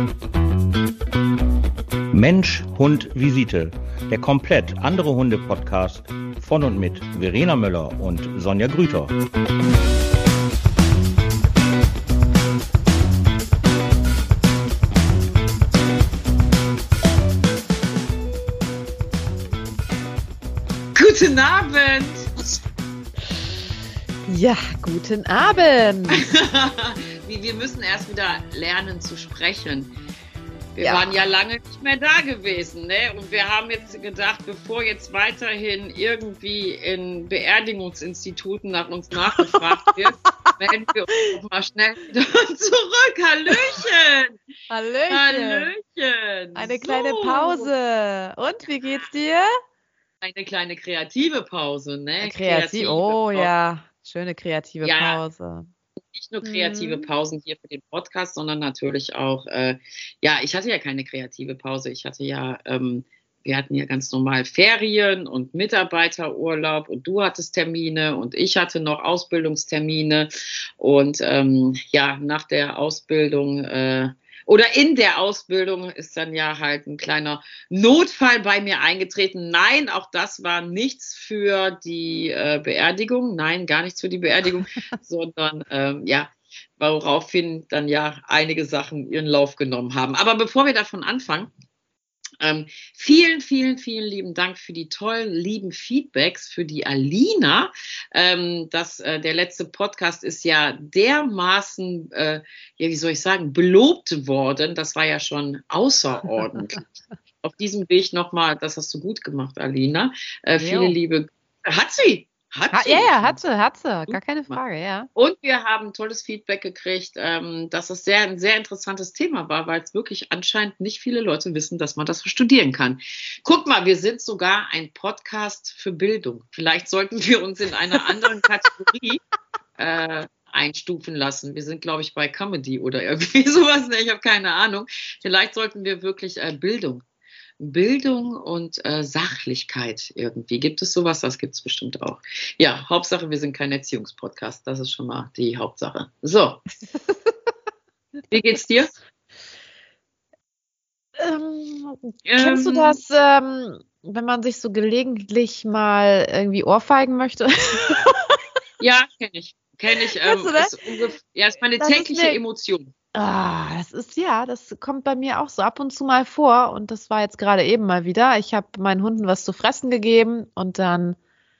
Mensch, Hund, Visite. Der komplett andere Hunde-Podcast von und mit Verena Möller und Sonja Grüter. Guten Abend! Ja, guten Abend! Wir müssen erst wieder lernen zu sprechen. Wir waren ja lange nicht mehr da gewesen, ne? Und wir haben jetzt gedacht, bevor jetzt weiterhin irgendwie in Beerdigungsinstituten nach uns nachgefragt wird, melden wir uns doch mal schnell wieder zurück. Hallöchen! Hallöchen! Eine kleine Pause. Und, wie geht's dir? Eine kleine kreative Pause, ne? Kreative Pause. Ja, schöne kreative Pause. Nicht nur kreative Pausen hier für den Podcast, sondern natürlich auch, ich hatte ja keine kreative Pause. Ich hatte wir hatten ja ganz normal Ferien und Mitarbeiterurlaub und du hattest Termine und ich hatte noch Ausbildungstermine und nach der Ausbildung oder in der Ausbildung ist dann ja halt ein kleiner Notfall bei mir eingetreten. Nein, auch das war nichts für die Beerdigung. Nein, gar nichts für die Beerdigung, sondern woraufhin dann ja einige Sachen ihren Lauf genommen haben. Aber bevor wir davon anfangen, vielen, vielen, vielen lieben Dank für die tollen, lieben Feedbacks für die Alina. Der letzte Podcast ist ja dermaßen, belobt worden. Das war ja schon außerordentlich. Auf diesem Weg nochmal, das hast du gut gemacht, Alina. Viele liebe. Hat sie. Hat sie. Gar keine Frage, ja. Und wir haben tolles Feedback gekriegt, dass es ein sehr interessantes Thema war, weil es wirklich anscheinend nicht viele Leute wissen, dass man das studieren kann. Guck mal, wir sind sogar ein Podcast für Bildung. Vielleicht sollten wir uns in einer anderen Kategorie einstufen lassen. Wir sind, glaube ich, bei Comedy oder irgendwie sowas. Ich habe keine Ahnung. Vielleicht sollten wir wirklich Bildung und Sachlichkeit irgendwie. Gibt es sowas? Das gibt es bestimmt auch. Ja, Hauptsache, wir sind kein Erziehungspodcast. Das ist schon mal die Hauptsache. So. Wie geht's dir? Kennst du das, wenn man sich so gelegentlich mal irgendwie ohrfeigen möchte? Ja, kenne ich. Kennst du das? Ist meine tägliche Emotion. Das kommt bei mir auch so ab und zu mal vor und das war jetzt gerade eben mal wieder. Ich habe meinen Hunden was zu fressen gegeben und dann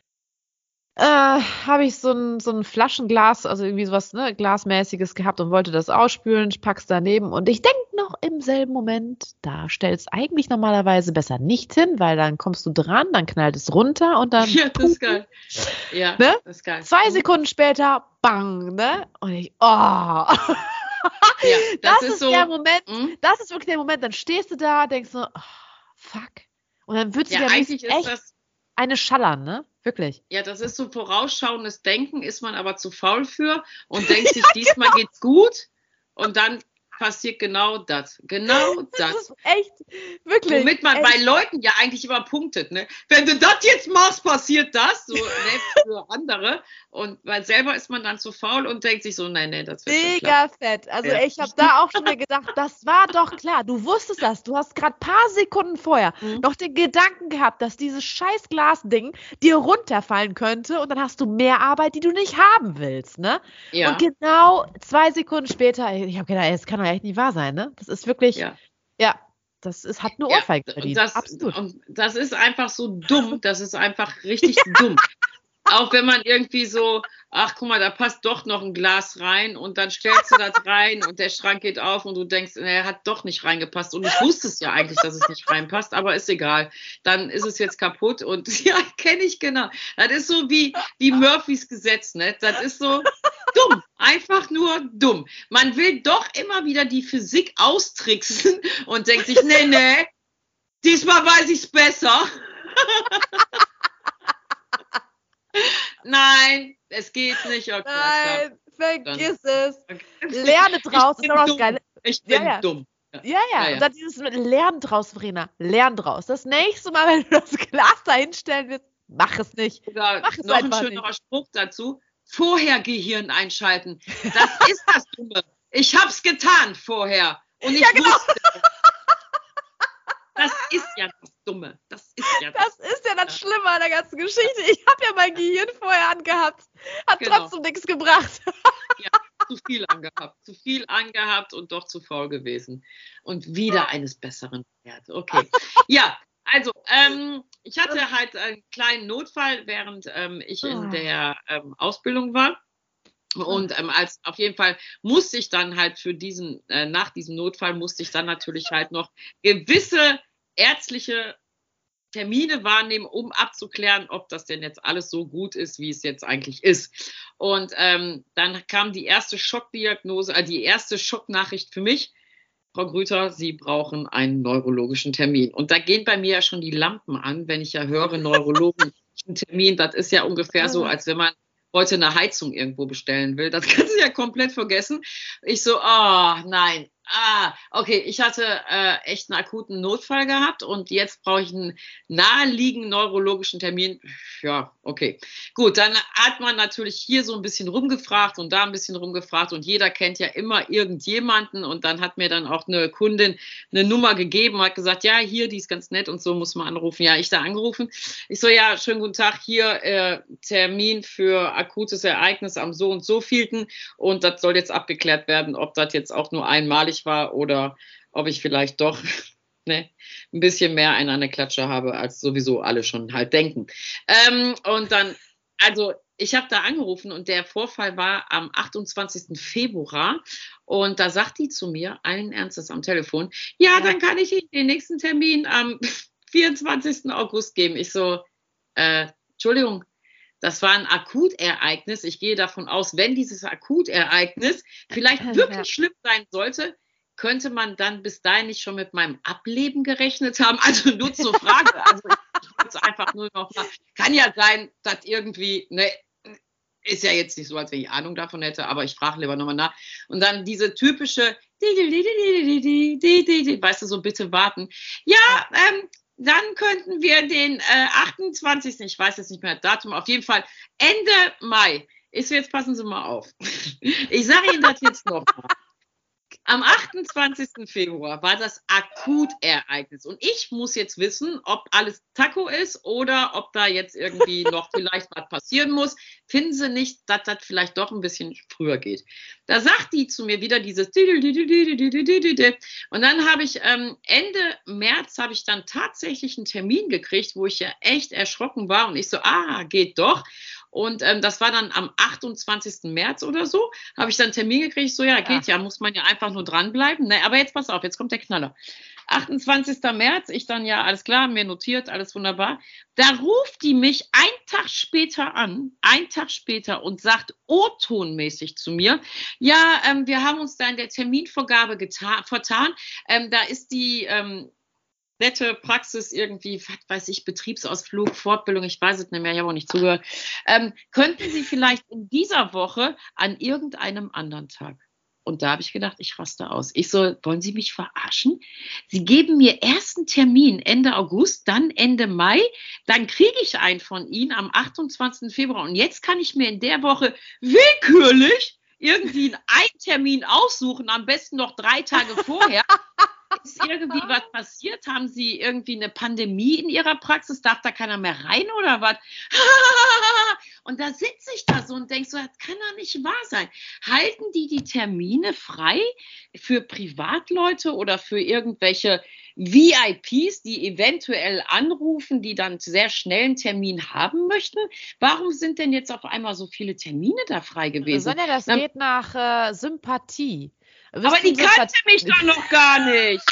habe ich so ein Flaschenglas, also irgendwie sowas, ne, Glasmäßiges gehabt und wollte das ausspülen. Ich pack's daneben und ich denke noch im selben Moment, da stellst eigentlich normalerweise besser nicht hin, weil dann kommst du dran, dann knallt es runter und dann. Ja, das ist geil. Ja, ne? Das ist geil. 2 Sekunden später, bang, ne? Und ich, Ja, das ist so der Moment, das ist wirklich der Moment, dann stehst du da, denkst so, fuck. Und dann würdest du dir eigentlich echt eine schallern, ne? Wirklich. Ja, das ist so vorausschauendes Denken, ist man aber zu faul für und denkt sich, diesmal geht's gut und dann passiert genau das. Genau das. Das ist echt, wirklich. Womit man bei Leuten ja eigentlich immer punktet, ne? Wenn du das jetzt machst, passiert das, so, ne, für andere. Und weil selber ist man dann zu faul und denkt sich so, nein, das wird schon mega fett. Also ich habe da auch schon mir gedacht, das war doch klar. Du wusstest das. Du hast gerade ein paar Sekunden vorher noch den Gedanken gehabt, dass dieses scheiß Glasding dir runterfallen könnte und dann hast du mehr Arbeit, die du nicht haben willst, ne? Ja. Und genau 2 Sekunden später, ich habe gedacht, das kann doch echt nicht wahr sein, ne? Das ist wirklich, hat eine Ohrfeige verdient. Absolut. Und das ist einfach so dumm. Das ist einfach richtig dumm. Auch wenn man irgendwie so, ach guck mal, da passt doch noch ein Glas rein und dann stellst du das rein und der Schrank geht auf und du denkst, er hat doch nicht reingepasst und ich wusste es ja eigentlich, dass es nicht reinpasst, aber ist egal. Dann ist es jetzt kaputt und ja, kenne ich genau. Das ist so wie Murphys Gesetz, ne? Das ist so dumm, einfach nur dumm. Man will doch immer wieder die Physik austricksen und denkt sich, nee, diesmal weiß ich es besser. Nein, es geht nicht. Okay, nein, vergiss es. Okay. Lerne draus. Das ist auch das Geile. Ich bin dumm. Ja. Und dann dieses mit Lern draus, Verena. Lern draus. Das nächste Mal, wenn du das Glas da hinstellen willst, mach es nicht. Oder mach es noch ein schönerer Spruch dazu. Vorher Gehirn einschalten. Das ist das Dumme. Ich hab's getan vorher. Und ich wusste, das ist ja das Dumme. Das ist ja das Schlimme an der ganzen Geschichte. Ich habe ja mein Gehirn vorher angehabt. Hat trotzdem nichts gebracht. Ja, zu viel angehabt und doch zu faul gewesen. Und wieder eines Besseren wert. Okay. Ja, also, ich hatte halt einen kleinen Notfall, während ich in der Ausbildung war. Und auf jeden Fall musste ich dann halt nach diesem Notfall musste ich dann natürlich halt noch gewisse ärztliche Termine wahrnehmen, um abzuklären, ob das denn jetzt alles so gut ist, wie es jetzt eigentlich ist. Und dann kam die erste Schockdiagnose, die erste Schocknachricht für mich. Frau Grüter, Sie brauchen einen neurologischen Termin. Und da gehen bei mir ja schon die Lampen an, wenn ich ja höre, neurologischen Termin. Das ist ja ungefähr so, als wenn man heute eine Heizung irgendwo bestellen will. Das kannst du ja komplett vergessen. Ich so, nein. Okay, ich hatte echt einen akuten Notfall gehabt und jetzt brauche ich einen naheliegenden neurologischen Termin. Ja, okay. Gut, dann hat man natürlich hier so ein bisschen rumgefragt und da ein bisschen rumgefragt und jeder kennt ja immer irgendjemanden und dann hat mir dann auch eine Kundin eine Nummer gegeben, hat gesagt, ja, hier, die ist ganz nett und so, muss man anrufen. Ja, ich da angerufen. Ich so, ja, schönen guten Tag, hier Termin für akutes Ereignis am so und so vielten und das soll jetzt abgeklärt werden, ob das jetzt auch nur einmalig war oder ob ich vielleicht doch ein bisschen mehr einen an der Klatsche habe, als sowieso alle schon halt denken. Und dann, also ich habe da angerufen und der Vorfall war am 28. Februar und da sagt die zu mir, allen Ernstes am Telefon, ja, dann kann ich Ihnen den nächsten Termin am 24. August geben. Ich so, Entschuldigung, das war ein Akutereignis. Ich gehe davon aus, wenn dieses Akutereignis vielleicht wirklich schlimm sein sollte, könnte man dann bis dahin nicht schon mit meinem Ableben gerechnet haben? Also nur zur Frage. Also ich wollte es einfach nur noch mal. Kann ja sein, dass irgendwie, ist ja jetzt nicht so, als wenn ich Ahnung davon hätte, aber ich frage lieber nochmal nach. Und dann diese typische, weißt du, so bitte warten. Ja, dann könnten wir den 28. Ich weiß jetzt nicht mehr das Datum, auf jeden Fall Ende Mai. Jetzt passen Sie mal auf. Ich sage Ihnen das jetzt noch mal. Am 28. Februar war das Akutereignis und ich muss jetzt wissen, ob alles Taco ist oder ob da jetzt irgendwie noch vielleicht was passieren muss. Finden Sie nicht, dass das vielleicht doch ein bisschen früher geht? Da sagt die zu mir wieder dieses und dann habe ich Ende März habe ich dann tatsächlich einen Termin gekriegt, wo ich ja echt erschrocken war und ich so, geht doch. Und das war dann am 28. März oder so, habe ich dann einen Termin gekriegt, so, ja, geht ja, muss man ja einfach nur dranbleiben. Ne, aber jetzt pass auf, jetzt kommt der Knaller. 28. März, ich dann, ja, alles klar, mir notiert, alles wunderbar. Da ruft die mich einen Tag später an, und sagt O-Tonmäßig zu mir, ja, wir haben uns da in der Terminvorgabe vertan, da ist die nette Praxis irgendwie, was weiß ich, Betriebsausflug, Fortbildung, ich weiß es nicht mehr, ich habe auch nicht zugehört. Könnten Sie vielleicht in dieser Woche an irgendeinem anderen Tag? Und da habe ich gedacht, ich raste aus. Ich so, wollen Sie mich verarschen? Sie geben mir erst einen Termin Ende August, dann Ende Mai, dann kriege ich einen von Ihnen am 28. Februar und jetzt kann ich mir in der Woche willkürlich irgendwie einen Termin aussuchen, am besten noch 3 Tage vorher. Ist irgendwie was passiert? Haben Sie irgendwie eine Pandemie in Ihrer Praxis? Darf da keiner mehr rein oder was? Und da sitze ich da so und denke so, das kann doch nicht wahr sein. Halten die Termine frei für Privatleute oder für irgendwelche VIPs, die eventuell anrufen, die dann sehr schnell einen Termin haben möchten? Warum sind denn jetzt auf einmal so viele Termine da frei gewesen? Sonja, das geht nach Sympathie. Aber die kannte mich doch noch gar nicht.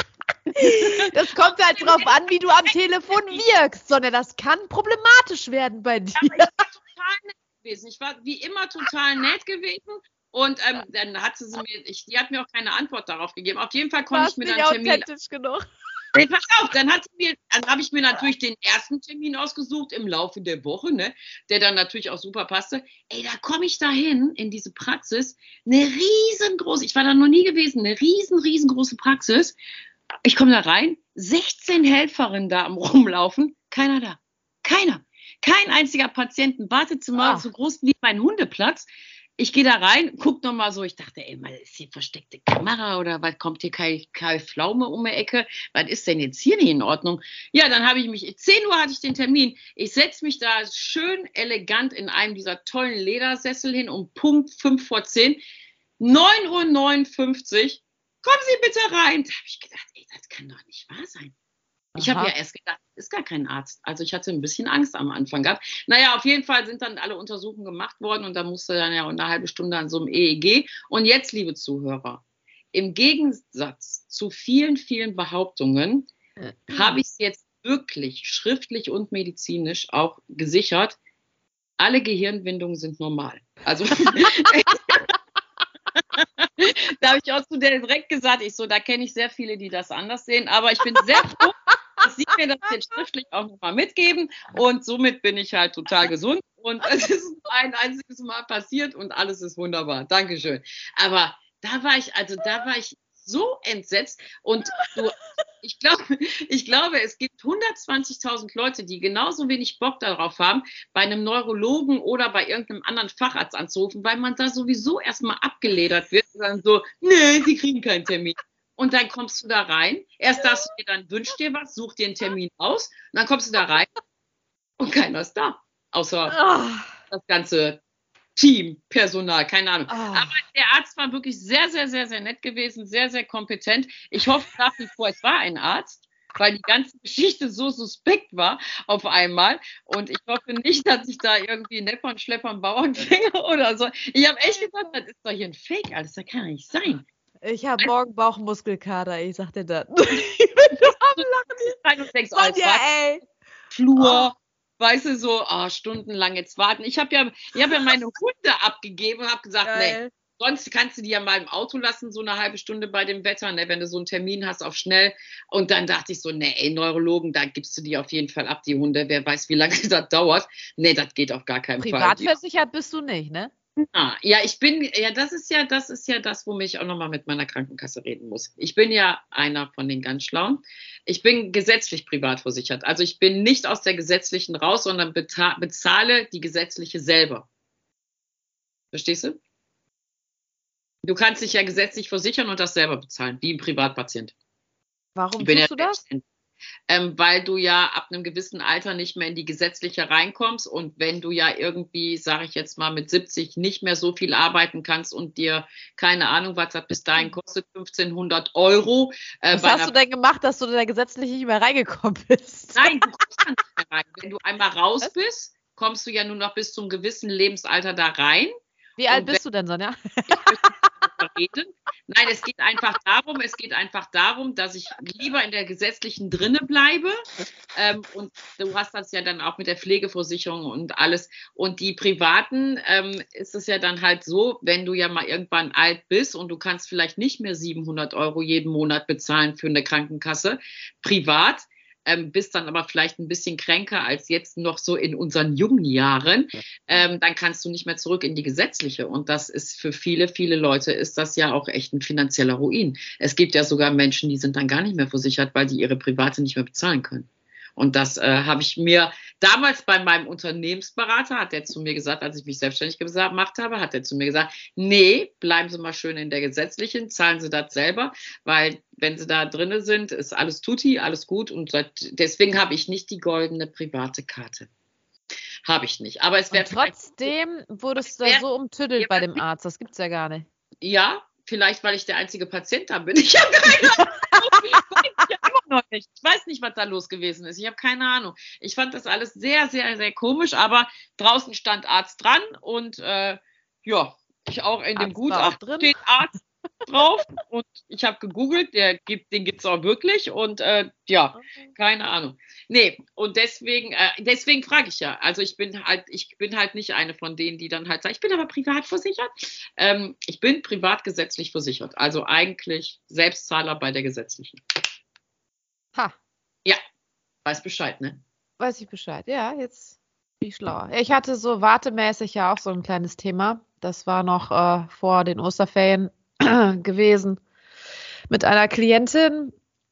Das kommt halt drauf an, wie du am Telefon wirkst, sondern das kann problematisch werden bei dir. Aber ich war total nett gewesen. Ich war wie immer total nett gewesen. Und dann hat die hat mir auch keine Antwort darauf gegeben. Auf jeden Fall konnte ich mir dann einen Termin. Authentisch genug. Nee, pass auf, dann habe ich mir natürlich den ersten Termin ausgesucht im Laufe der Woche, ne, der dann natürlich auch super passte. Ey, da komme ich dahin in diese Praxis, eine riesengroße, ich war da noch nie gewesen, eine riesengroße Praxis. Ich komme da rein, 16 Helferinnen da am Rumlaufen, keiner da, keiner. Kein einziger Patient, ein Wartezimmer, so groß wie mein Hundeplatz. Ich gehe da rein, guck nochmal so, ich dachte, ey, mal ist hier versteckte Kamera oder was, kommt hier Kai Pflaume um die Ecke? Was ist denn jetzt hier nicht in Ordnung? Ja, dann habe ich mich, 10 Uhr hatte ich den Termin. Ich setze mich da schön elegant in einem dieser tollen Ledersessel hin um Punkt 5 vor 10. 9:59 Uhr, kommen Sie bitte rein. Da habe ich gedacht, ey, das kann doch nicht wahr sein. Ich habe ja erst gedacht, ist gar kein Arzt. Also ich hatte ein bisschen Angst am Anfang gehabt. Naja, auf jeden Fall sind dann alle Untersuchungen gemacht worden und da musste dann ja eine halbe Stunde an so einem EEG. Und jetzt, liebe Zuhörer, im Gegensatz zu vielen, vielen Behauptungen habe ich es jetzt wirklich schriftlich und medizinisch auch gesichert. Alle Gehirnwindungen sind normal. Also da habe ich auch zu der direkt gesagt, da kenne ich sehr viele, die das anders sehen. Aber ich bin sehr froh, dass Sie mir das jetzt schriftlich auch nochmal mitgeben. Und somit bin ich halt total gesund. Und es ist ein einziges Mal passiert und alles ist wunderbar. Dankeschön. Aber da war ich so entsetzt. Und ich glaube, es gibt 120.000 Leute, die genauso wenig Bock darauf haben, bei einem Neurologen oder bei irgendeinem anderen Facharzt anzurufen, weil man da sowieso erstmal abgeledert wird und dann so, nee, Sie kriegen keinen Termin. Und dann kommst du da rein. Erst darfst du dir dann, wünsch dir was, such dir einen Termin aus. Und dann kommst du da rein und keiner ist da. Außer das ganze Team, Personal, keine Ahnung. Aber der Arzt war wirklich sehr, sehr, sehr, sehr nett gewesen, sehr, sehr kompetent. Ich hoffe nach wie vor, es war ein Arzt, weil die ganze Geschichte so suspekt war auf einmal. Und ich hoffe nicht, dass ich da irgendwie Neppern, Schleppern, Bauernfänger oder so. Ich habe echt gedacht, das ist doch hier ein Fake, alles, das kann ja nicht sein. Ich habe morgen Bauchmuskelkater, ich sag dir das. Ich bin nur am Lachen. Und denkst, Sonja, ey. Flur, weißt du, so stundenlang jetzt warten. Ich habe ja meine Hunde abgegeben und habe gesagt, nee, sonst kannst du die ja mal im Auto lassen, so eine halbe Stunde bei dem Wetter, ne, wenn du so einen Termin hast auf schnell. Und dann dachte ich so, nee, ey, Neurologen, da gibst du die auf jeden Fall ab, die Hunde. Wer weiß, wie lange das dauert. Nee, das geht auf gar keinen Fall. Privatversichert bist du nicht, ne? Ja, das ist ja das, womit ich auch nochmal mit meiner Krankenkasse reden muss. Ich bin ja einer von den ganz Schlauen. Ich bin gesetzlich privat versichert. Also ich bin nicht aus der gesetzlichen raus, sondern bezahle die gesetzliche selber. Verstehst du? Du kannst dich ja gesetzlich versichern und das selber bezahlen, wie ein Privatpatient. Warum tust du das? Weil du ja ab einem gewissen Alter nicht mehr in die gesetzliche reinkommst und wenn du ja irgendwie, sage ich jetzt mal, mit 70 nicht mehr so viel arbeiten kannst und dir, keine Ahnung, was das bis dahin kostet, 1.500 €. Was hast du denn gemacht, dass du da gesetzlich nicht mehr reingekommen bist? Nein, du kommst da nicht mehr rein. Wenn du einmal raus bist, kommst du ja nur noch bis zum gewissen Lebensalter da rein. Wie alt bist du denn, Sonja? Reden. Nein, es geht einfach darum, dass ich lieber in der gesetzlichen drinne bleibe. Und du hast das ja dann auch mit der Pflegeversicherung und alles. Und die privaten ist es ja dann halt so, wenn du ja mal irgendwann alt bist und du kannst vielleicht nicht mehr 700 € jeden Monat bezahlen für eine Krankenkasse, privat, bist dann aber vielleicht ein bisschen kränker als jetzt noch so in unseren jungen Jahren, dann kannst du nicht mehr zurück in die gesetzliche. Und das ist für viele, viele Leute ist das ja auch echt ein finanzieller Ruin. Es gibt ja sogar Menschen, die sind dann gar nicht mehr versichert, weil die ihre private nicht mehr bezahlen können. Und das habe ich mir damals bei meinem Unternehmensberater, hat der zu mir gesagt, als ich mich selbstständig gemacht habe, hat er zu mir gesagt, nee, bleiben Sie mal schön in der gesetzlichen, zahlen Sie das selber, weil wenn Sie da drinne sind, ist alles tutti, alles gut. Und deswegen habe ich nicht die goldene private Karte. Habe ich nicht. Aber es wäre trotzdem wurdest du so umtüdelt bei dem Arzt. Das gibt's ja gar nicht. Ja, vielleicht, weil ich der einzige Patient da bin. Ich habe keine Ahnung. Noch nicht. Ich weiß nicht, was da los gewesen ist. Ich habe keine Ahnung. Ich fand das alles sehr, sehr, sehr komisch, aber draußen stand Arzt dran und ich auch in dem Gutachten steht Arzt drauf und ich habe gegoogelt, den gibt es auch wirklich und keine Ahnung. Nee, und deswegen frage ich ja. Also ich bin halt nicht eine von denen, die dann halt sagen, ich bin aber privat versichert. Ich bin privat gesetzlich versichert. Also eigentlich Selbstzahler bei der gesetzlichen. Ha. Ja, weiß Bescheid, ne? Weiß ich Bescheid, ja, jetzt bin ich schlauer. Ich hatte so wartemäßig ja auch so ein kleines Thema. Das war noch vor den Osterferien gewesen mit einer Klientin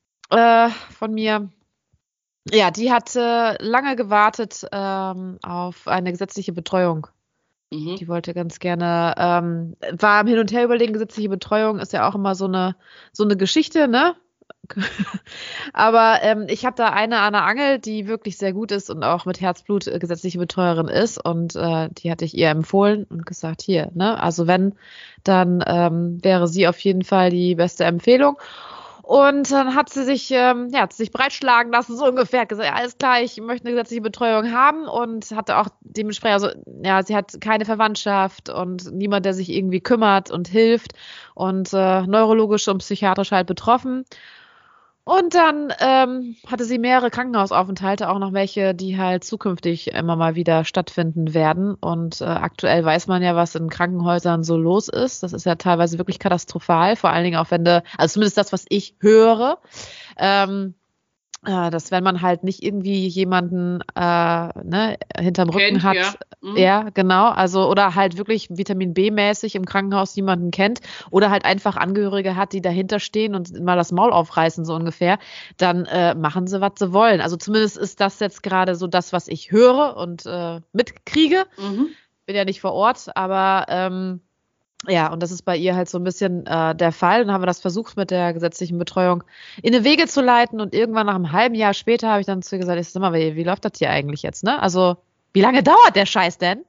von mir. Ja, die hatte lange gewartet auf eine gesetzliche Betreuung. Die wollte ganz gerne, war am Hin und Her überlegen, gesetzliche Betreuung ist ja auch immer so eine Geschichte, ne? Aber ich habe da eine an der Angel, die wirklich sehr gut ist und auch mit Herzblut gesetzliche Betreuerin ist. Und die hatte ich ihr empfohlen und gesagt, hier, ne? Also wenn, dann wäre sie auf jeden Fall die beste Empfehlung. Und dann hat sie sich breitschlagen lassen, so ungefähr. Hat gesagt, ja, alles klar, ich möchte eine gesetzliche Betreuung haben und hatte auch dementsprechend, also ja, sie hat keine Verwandtschaft und niemand, der sich irgendwie kümmert und hilft und neurologisch und psychiatrisch halt betroffen. Und dann hatte sie mehrere Krankenhausaufenthalte, auch noch welche, die halt zukünftig immer mal wieder stattfinden werden. Und aktuell weiß man ja, was in Krankenhäusern so los ist. Das ist ja teilweise wirklich katastrophal, vor allen Dingen auch also zumindest das, was ich höre, dass wenn man halt nicht irgendwie jemanden hinterm Rücken hat, ja. Ja, genau, also oder halt wirklich Vitamin B-mäßig im Krankenhaus jemanden kennt oder halt einfach Angehörige hat, die dahinter stehen und mal das Maul aufreißen, so ungefähr, dann machen sie, was sie wollen. Also zumindest ist das jetzt gerade so das, was ich höre und mitkriege. Bin ja nicht vor Ort, aber ja, und das ist bei ihr halt so ein bisschen der Fall. Dann haben wir das versucht mit der gesetzlichen Betreuung in die Wege zu leiten und irgendwann nach einem halben Jahr später habe ich dann zu ihr gesagt, sag mal, wie läuft das hier eigentlich jetzt, ne? Also, wie lange dauert der Scheiß denn?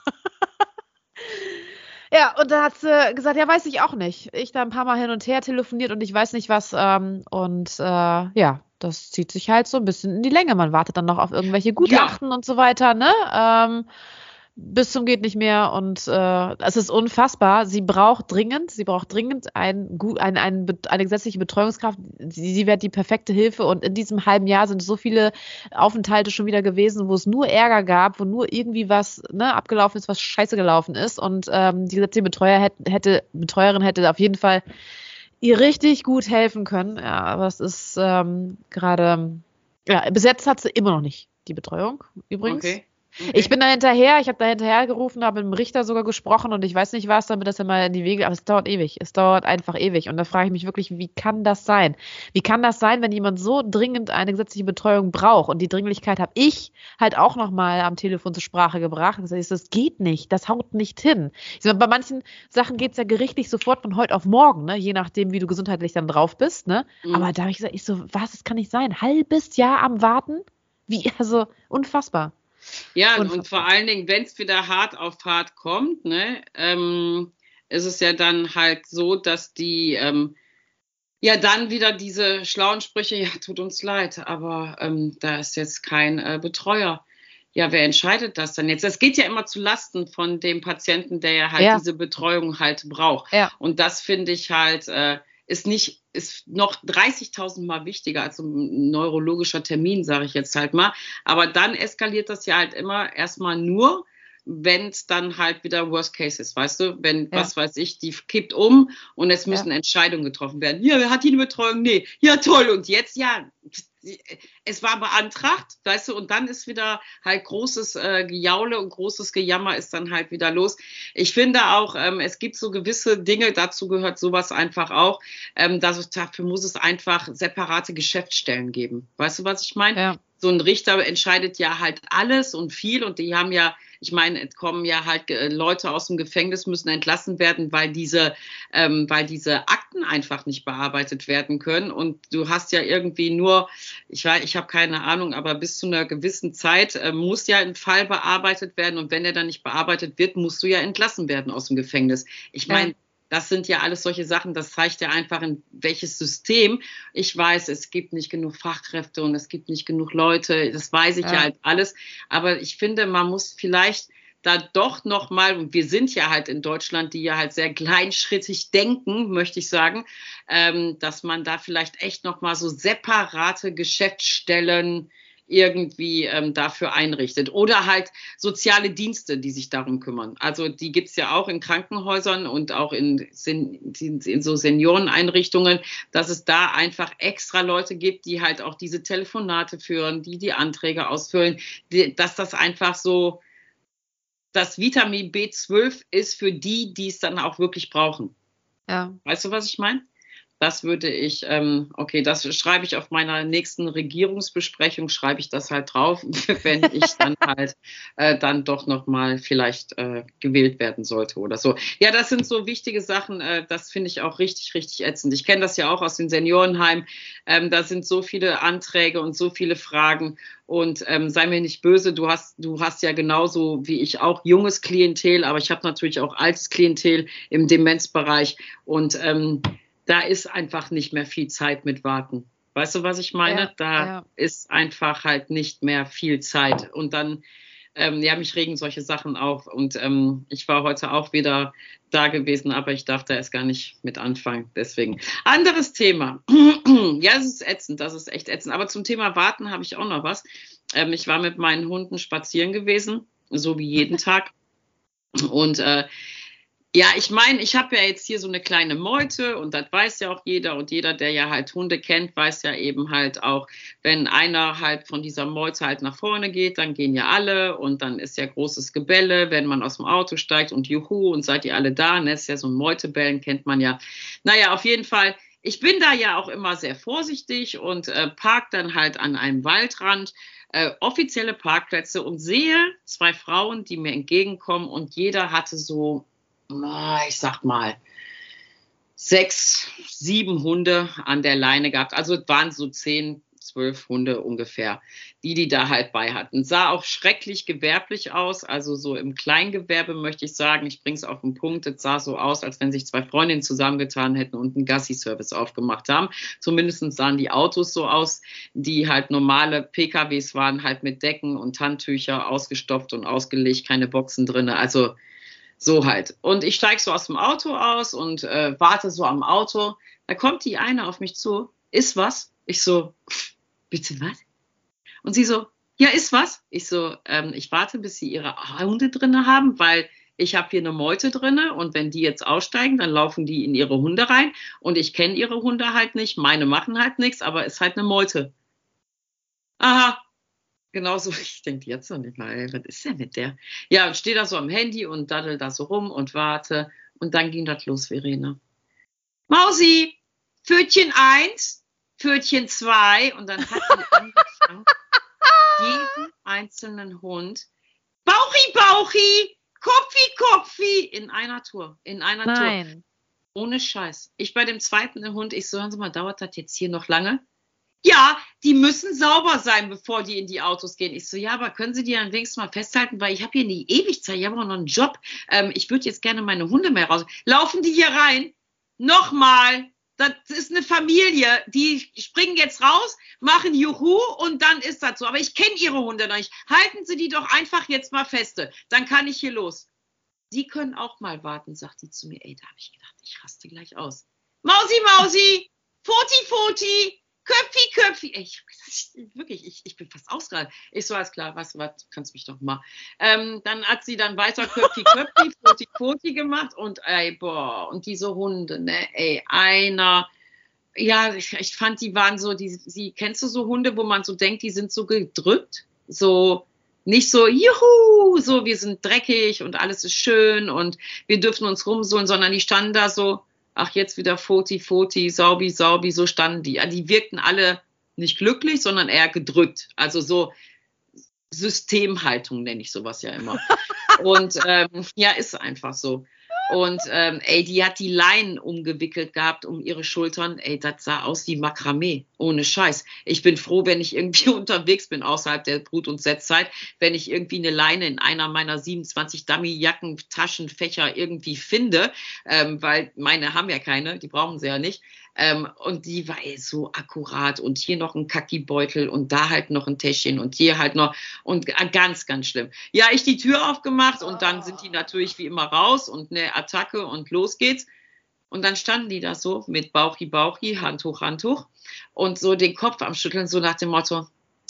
Ja, und dann hat sie gesagt, ja, weiß ich auch nicht. Ich da ein paar Mal hin und her telefoniert und ich weiß nicht was. Ja, das zieht sich halt so ein bisschen in die Länge. Man wartet dann noch auf irgendwelche Gutachten und so weiter, ne? Bis zum geht nicht mehr und es ist unfassbar. Sie braucht dringend eine gesetzliche Betreuungskraft. Sie wäre die perfekte Hilfe und in diesem halben Jahr sind so viele Aufenthalte schon wieder gewesen, wo es nur Ärger gab, wo nur irgendwie was abgelaufen ist, was scheiße gelaufen ist und die gesetzliche Betreuerin hätte auf jeden Fall ihr richtig gut helfen können. Ja, aber es ist gerade, ja, bis jetzt hat sie immer noch nicht die Betreuung übrigens. Okay. Ich bin da hinterher, ich habe da hinterher gerufen, habe mit dem Richter sogar gesprochen und ich weiß nicht was, damit das ja mal in die Wege, aber es dauert ewig. Es dauert einfach ewig. Und da frage ich mich wirklich, wie kann das sein? Wie kann das sein, wenn jemand so dringend eine gesetzliche Betreuung braucht? Und die Dringlichkeit habe ich halt auch nochmal am Telefon zur Sprache gebracht. Das heißt, das geht nicht, das haut nicht hin. Ich sag, bei manchen Sachen geht es ja gerichtlich sofort von heute auf morgen, ne? Je nachdem, wie du gesundheitlich dann drauf bist. Ne? Aber da habe ich gesagt, das kann nicht sein. Halbes Jahr am Warten? Wie, also unfassbar. Ja, und vor allen Dingen, wenn es wieder hart auf hart kommt, ne, ist es ja dann halt so, dass die ja dann wieder diese schlauen Sprüche, ja, tut uns leid, aber da ist jetzt kein Betreuer. Ja, wer entscheidet das dann jetzt? Das geht ja immer zu Lasten von dem Patienten, der ja halt diese Betreuung halt braucht. Ja. Und das finde ich halt, ist noch 30.000 Mal wichtiger als ein neurologischer Termin, sage ich jetzt halt mal. Aber dann eskaliert das ja halt immer erstmal nur, wenn es dann halt wieder Worst Case ist, weißt du? Wenn, was weiß ich, die kippt um und es müssen Entscheidungen getroffen werden. Ja, wer hat die eine Betreuung? Nee. Ja, toll. Und jetzt, ja, es war beantragt, weißt du, und dann ist wieder halt großes Gejaule und großes Gejammer ist dann halt wieder los. Ich finde auch, es gibt so gewisse Dinge, dazu gehört sowas einfach auch, dafür muss es einfach separate Geschäftsstellen geben. Weißt du, was ich meine? Ja. So ein Richter entscheidet ja halt alles und viel und die haben ja, ich meine, es kommen ja halt Leute aus dem Gefängnis, müssen entlassen werden, weil diese Akten einfach nicht bearbeitet werden können und du hast ja irgendwie nur, ich habe keine Ahnung, aber bis zu einer gewissen Zeit muss ja ein Fall bearbeitet werden und wenn er dann nicht bearbeitet wird, musst du ja entlassen werden aus dem Gefängnis. Ich meine, das sind ja alles solche Sachen, das zeigt ja einfach, in welches System. Ich weiß, es gibt nicht genug Fachkräfte und es gibt nicht genug Leute, das weiß ich ja halt alles. Aber ich finde, man muss vielleicht da doch nochmal, und wir sind ja halt in Deutschland, die ja halt sehr kleinschrittig denken, möchte ich sagen, dass man da vielleicht echt nochmal so separate Geschäftsstellen irgendwie dafür einrichtet. Oder halt soziale Dienste, die sich darum kümmern. Also die gibt's ja auch in Krankenhäusern und auch in so Senioreneinrichtungen, dass es da einfach extra Leute gibt, die halt auch diese Telefonate führen, die Anträge ausfüllen, dass das einfach so das Vitamin B12 ist für die es dann auch wirklich brauchen. Ja. Weißt du, was ich meine? Das würde ich, okay, das schreibe ich auf meiner nächsten Regierungsbesprechung, schreibe ich das halt drauf, wenn ich dann halt dann doch nochmal vielleicht gewählt werden sollte oder so. Ja, das sind so wichtige Sachen, das finde ich auch richtig, richtig ätzend. Ich kenne das ja auch aus den Seniorenheimen, da sind so viele Anträge und so viele Fragen und sei mir nicht böse, du hast ja genauso wie ich auch junges Klientel, aber ich habe natürlich auch altes Klientel im Demenzbereich und da ist einfach nicht mehr viel Zeit mit Warten. Weißt du, was ich meine? Da ist einfach halt nicht mehr viel Zeit. Und dann, mich regen solche Sachen auf. Und ich war heute auch wieder da gewesen, aber ich darf da erst gar nicht mit anfangen. Deswegen. Anderes Thema. Ja, es ist ätzend, das ist echt ätzend. Aber zum Thema Warten habe ich auch noch was. Ich war mit meinen Hunden spazieren gewesen, so wie jeden Tag. Und ja, ich meine, ich habe ja jetzt hier so eine kleine Meute und das weiß ja auch jeder und jeder, der ja halt Hunde kennt, weiß ja eben halt auch, wenn einer halt von dieser Meute halt nach vorne geht, dann gehen ja alle und dann ist ja großes Gebälle, wenn man aus dem Auto steigt und juhu und seid ihr alle da, ne, ist ja so ein Meutebellen, kennt man ja. Naja, auf jeden Fall, ich bin da ja auch immer sehr vorsichtig und park dann halt an einem Waldrand, offizielle Parkplätze und sehe 2 Frauen, die mir entgegenkommen und jeder hatte so, ich sag mal, 6, 7 Hunde an der Leine gehabt. Also es waren so 10, 12 Hunde ungefähr, die da halt bei hatten. Sah auch schrecklich gewerblich aus, also so im Kleingewerbe möchte ich sagen. Ich bringe es auf den Punkt, es sah so aus, als wenn sich 2 Freundinnen zusammengetan hätten und einen Gassi-Service aufgemacht haben. Zumindest sahen die Autos so aus, die halt normale PKWs waren, halt mit Decken und Handtücher ausgestopft und ausgelegt, keine Boxen drin. Also so halt. Und ich steige so aus dem Auto aus und warte so am Auto. Da kommt die eine auf mich zu. Ist was? Ich so, bitte was? Und sie so, ja, ist was? Ich so, ich warte, bis sie ihre Hunde drinne haben, weil ich habe hier eine Meute drinne und wenn die jetzt aussteigen, dann laufen die in ihre Hunde rein und ich kenne ihre Hunde halt nicht. Meine machen halt nichts, aber ist halt eine Meute. Aha. Genauso, ich denke jetzt noch nicht mal, ey, was ist denn mit der? Ja, und stehe da so am Handy und daddel da so rum und warte. Und dann ging das los, Verena. Mausi, Pfötchen 1, Pfötchen 2. Und dann hat sie angefangen, jeden einzelnen Hund, Bauchi, Bauchi, Kopfi, Kopfi, in einer Tour. Nein. Ohne Scheiß. Ich bei dem zweiten Hund, ich so, hören Sie mal, dauert das jetzt hier noch lange? Ja, die müssen sauber sein, bevor die in die Autos gehen. Ich so, ja, aber können Sie die dann wenigstens mal festhalten, weil ich habe hier nie ewig Zeit, ich habe auch noch einen Job. Ich würde jetzt gerne meine Hunde mehr raus. Laufen die hier rein? Nochmal, das ist eine Familie, die springen jetzt raus, machen Juhu und dann ist das so. Aber ich kenne Ihre Hunde noch nicht. Halten Sie die doch einfach jetzt mal feste, dann kann ich hier los. Sie können auch mal warten, sagt die zu mir. Ey, da habe ich gedacht, ich raste gleich aus. Mausi, Mausi, Foti, Foti. Köpfi, Köpfi. Ey, ich bin fast ausgerastet. Ich so, alles klar, weißt du was, kannst mich doch mal. Dann hat sie dann weiter Köpfi, Köpfi, Foti, Foti gemacht und ey, boah, und diese Hunde, ne, ey, einer, ja, ich fand, die waren so, kennst du so Hunde, wo man so denkt, die sind so gedrückt, so, nicht so, juhu, so, wir sind dreckig und alles ist schön und wir dürfen uns rumsohlen, sondern die standen da so, ach, jetzt wieder Foti, Foti, Saubi, Saubi, so standen die. Die wirkten alle nicht glücklich, sondern eher gedrückt. Also so Systemhaltung nenne ich sowas ja immer. Und ja, ist einfach so. Und die hat die Leinen umgewickelt gehabt um ihre Schultern. Ey, das sah aus wie Makramee, ohne Scheiß. Ich bin froh, wenn ich irgendwie unterwegs bin, außerhalb der Brut- und Setzzeit, wenn ich irgendwie eine Leine in einer meiner 27 Dummy-Jacken, Taschenfächer irgendwie finde, weil meine haben ja keine, die brauchen sie ja nicht. Und die war so akkurat und hier noch ein Kaki-Beutel und da halt noch ein Täschchen und hier halt noch und ganz, ganz schlimm. Ja, ich die Tür aufgemacht und dann sind die natürlich wie immer raus und eine Attacke und los geht's. Und dann standen die da so mit Bauchi, Bauchi, Handtuch, Handtuch und so den Kopf am Schütteln, so nach dem Motto,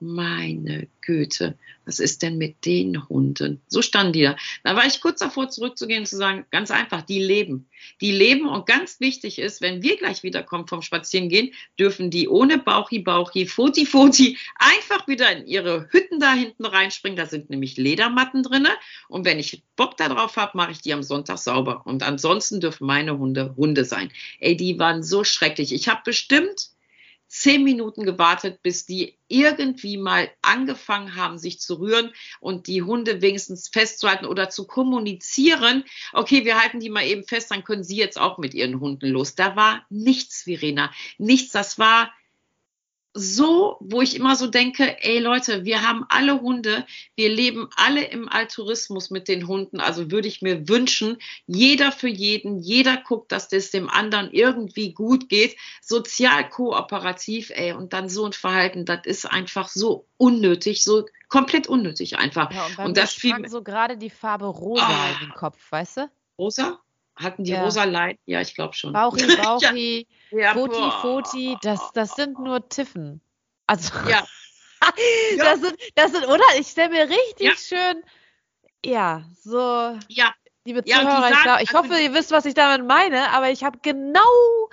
meine Güte, was ist denn mit den Hunden? So standen die da. Da war ich kurz davor, zurückzugehen und zu sagen, ganz einfach, die leben. Die leben und ganz wichtig ist, wenn wir gleich wiederkommen vom Spazierengehen, dürfen die ohne Bauchi, Foti, einfach wieder in ihre Hütten da hinten reinspringen. Da sind nämlich Ledermatten drin. Und wenn ich Bock darauf habe, mache ich die am Sonntag sauber. Und ansonsten dürfen meine Hunde Hunde sein. Ey, die waren so schrecklich. Ich habe bestimmt 10 Minuten gewartet, bis die irgendwie mal angefangen haben, sich zu rühren und die Hunde wenigstens festzuhalten oder zu kommunizieren. Okay, wir halten die mal eben fest, dann können Sie jetzt auch mit Ihren Hunden los. Da war nichts, Verena, nichts. Das war so, wo ich immer so denke, ey Leute, wir haben alle Hunde, wir leben alle im Altruismus mit den Hunden, also würde ich mir wünschen, jeder für jeden, jeder guckt, dass das dem anderen irgendwie gut geht, sozial kooperativ, ey, und dann so ein Verhalten, das ist einfach so unnötig, so komplett unnötig einfach. Ja, und bei und mir das sprang so gerade die Farbe rosa in den Kopf, weißt du? Rosa? Hatten die Ja. rosa Leid? Ja, ich glaube schon. Bauchi, Ja, Foti, das sind nur Tiffen. Also, Ja. das sind, oder? Ich stelle mir richtig Ja. schön, ja, so, Ja, liebe Ja, und die Zuhörer, sagen, ich also hoffe, ihr wisst, was ich damit meine, aber ich habe genau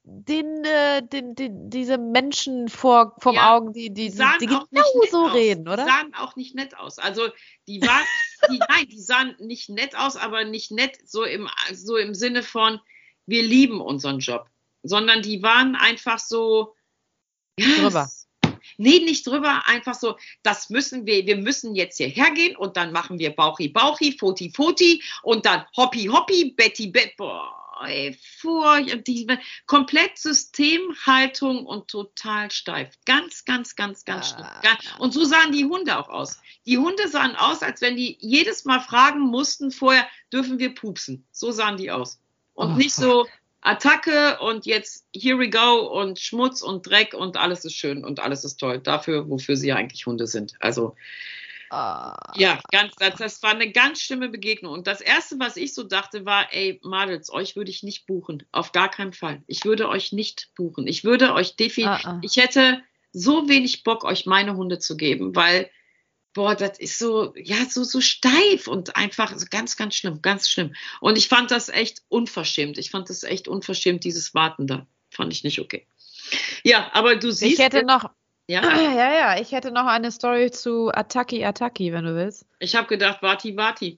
diese Menschen vom Ja, Augen, die sahen genau auch nicht nett so aus. reden, Die oder? sahen auch nicht nett aus. Also die waren, die sahen nicht nett aus, aber nicht nett so im Sinne von, wir lieben unseren Job, sondern die waren einfach so, Drüber. Nee, nicht drüber, einfach so, das müssen wir müssen jetzt hierher gehen und dann machen wir Bauchi, Foti und dann Hoppi, Betty, boah, ey, die komplett Systemhaltung und total steif. Ganz schlimm. Und so sahen die Hunde auch aus. Die Hunde sahen aus, als wenn die jedes Mal fragen mussten vorher, dürfen wir pupsen? So sahen die aus. Und nicht so Attacke und jetzt here we go und Schmutz und Dreck und alles ist schön und alles ist toll. Dafür, wofür sie ja eigentlich Hunde sind. Also ja, das war eine ganz schlimme Begegnung. Und das Erste, was ich so dachte, war, ey, Madels, euch würde ich nicht buchen. Auf gar keinen Fall. Ich würde euch nicht buchen. Ich würde euch definitiv, ich hätte so wenig Bock, euch meine Hunde zu geben, weil, boah, das ist so, ja, so steif und einfach so ganz schlimm, ganz schlimm. Und ich fand das echt unverschämt. Dieses Warten da. Fand ich nicht okay. Ja, aber du siehst. Ich hätte noch, ja, ich hätte noch eine Story zu Attacki, wenn du willst. Ich habe gedacht, Vati.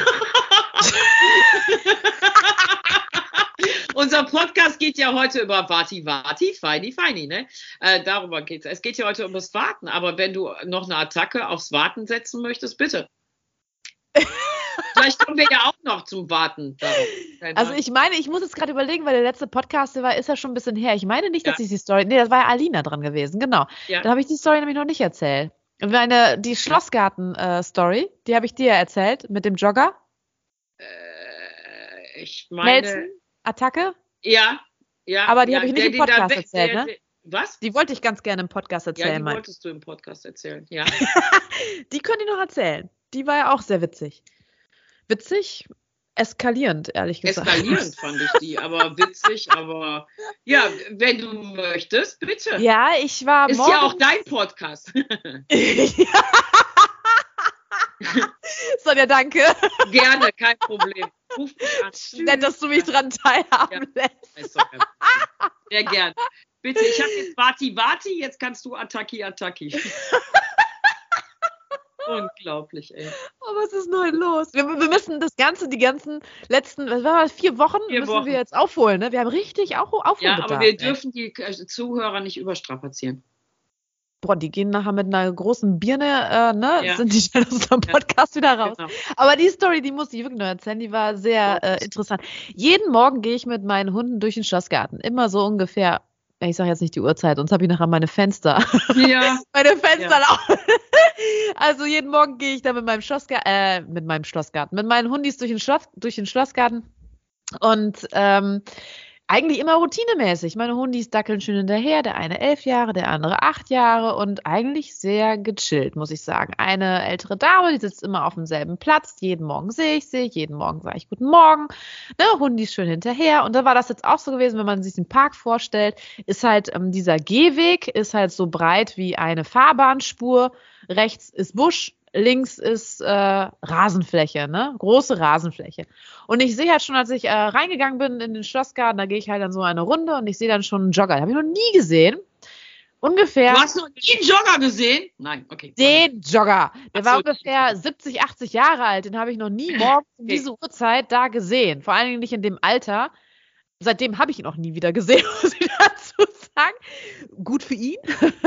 Unser Podcast geht ja heute über Vati, feini, ne? Darüber geht's. Es geht ja heute um das Warten, aber wenn du noch eine Attacke aufs Warten setzen möchtest, bitte. Vielleicht kommen wir ja auch noch zum Warten. Also ich meine, ich muss jetzt gerade überlegen, weil der letzte Podcast ist ja schon ein bisschen her. Ich meine nicht, dass ich die Story, das war ja Alina dran gewesen, genau. Ja. Dann habe ich die Story nämlich noch nicht erzählt. Und die Schlossgarten-Story, die habe ich dir erzählt mit dem Jogger. Ich meine. Nelson, Attacke. Ja. Aber die habe ich nicht im Podcast erzählt, ne? Was? Die wollte ich ganz gerne im Podcast erzählen. Ja, die wolltest du im Podcast erzählen, ja. Die könnt ihr noch erzählen. Die war ja auch sehr witzig. Witzig, eskalierend, ehrlich gesagt. Eskalierend fand ich die, aber witzig, aber ja, wenn du möchtest, bitte. Ja, ich war Ist ja auch dein Podcast. Sonja, danke. Gerne, kein Problem. Ruf mich an. Nett, dass du mich dran teilhaben lässt. Ist doch kein Problem. Sehr gerne. Bitte, ich habe jetzt Vati, jetzt kannst du Attacki. Unglaublich, ey. Oh, was ist denn heute los? Wir müssen die ganzen letzten, was war das, 4 Wochen, müssen wir jetzt aufholen, ne? Wir haben richtig Aufholbedarf. Ja, aber wir dürfen die Zuhörer nicht überstrapazieren. Boah, die gehen nachher mit einer großen Birne, sind die schnell aus unserem Podcast wieder raus. Genau. Aber die Story, die musste ich wirklich noch erzählen, die war sehr interessant. Jeden Morgen gehe ich mit meinen Hunden durch den Schlossgarten. Immer so ungefähr, ich sage jetzt nicht die Uhrzeit, sonst habe ich nachher meine Fenster. Ja. Meine Fenster laufen. Also jeden Morgen gehe ich da mit meinem Schlossgarten, mit meinen Hundis durch den Schlossgarten. Und eigentlich immer routinemäßig. Meine Hundis dackeln schön hinterher, der eine 11 Jahre, der andere 8 Jahre und eigentlich sehr gechillt, muss ich sagen. Eine ältere Dame, die sitzt immer auf demselben Platz, jeden Morgen sehe ich sie, jeden Morgen sage ich Guten Morgen, ne, Hundis schön hinterher und da war das jetzt auch so gewesen, wenn man sich den Park vorstellt, ist halt dieser Gehweg, ist halt so breit wie eine Fahrbahnspur, rechts ist Busch, links ist Rasenfläche, ne? Große Rasenfläche. Und ich sehe halt schon, als ich reingegangen bin in den Schlossgarten, da gehe ich halt dann so eine Runde und ich sehe dann schon einen Jogger. Den habe ich noch nie gesehen. Ungefähr. Du hast noch nie einen Jogger gesehen? Nein, okay. Den Jogger. Der war ungefähr 70, 80 Jahre alt. Den habe ich noch nie morgens um diese Uhrzeit da gesehen. Vor allen Dingen nicht in dem Alter. Seitdem habe ich ihn auch nie wieder gesehen, muss ich dazu sagen. Gut für ihn.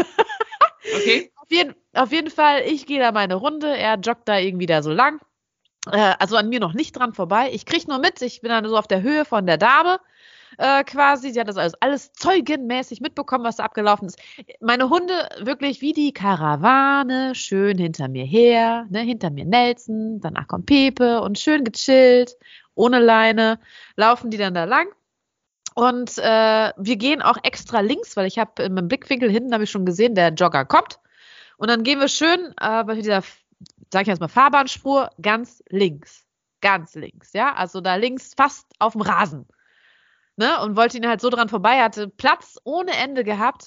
Okay. Auf jeden Fall, ich gehe da meine Runde, er joggt da irgendwie da so lang, also an mir noch nicht dran vorbei. Ich kriege nur mit, ich bin dann so auf der Höhe von der Dame quasi, sie hat das alles zeugenmäßig mitbekommen, was da abgelaufen ist. Meine Hunde wirklich wie die Karawane, schön hinter mir her, ne, hinter mir Nelson, danach kommt Pepe und schön gechillt, ohne Leine, laufen die dann da lang. Und wir gehen auch extra links, weil ich habe in meinem Blickwinkel hinten, habe ich schon gesehen, der Jogger kommt. Und dann gehen wir schön bei dieser, sag ich jetzt mal, Fahrbahnspur ganz links. Ganz links, ja. Also da links fast auf dem Rasen. Ne? Und wollte ihn halt so dran vorbei, hatte Platz ohne Ende gehabt.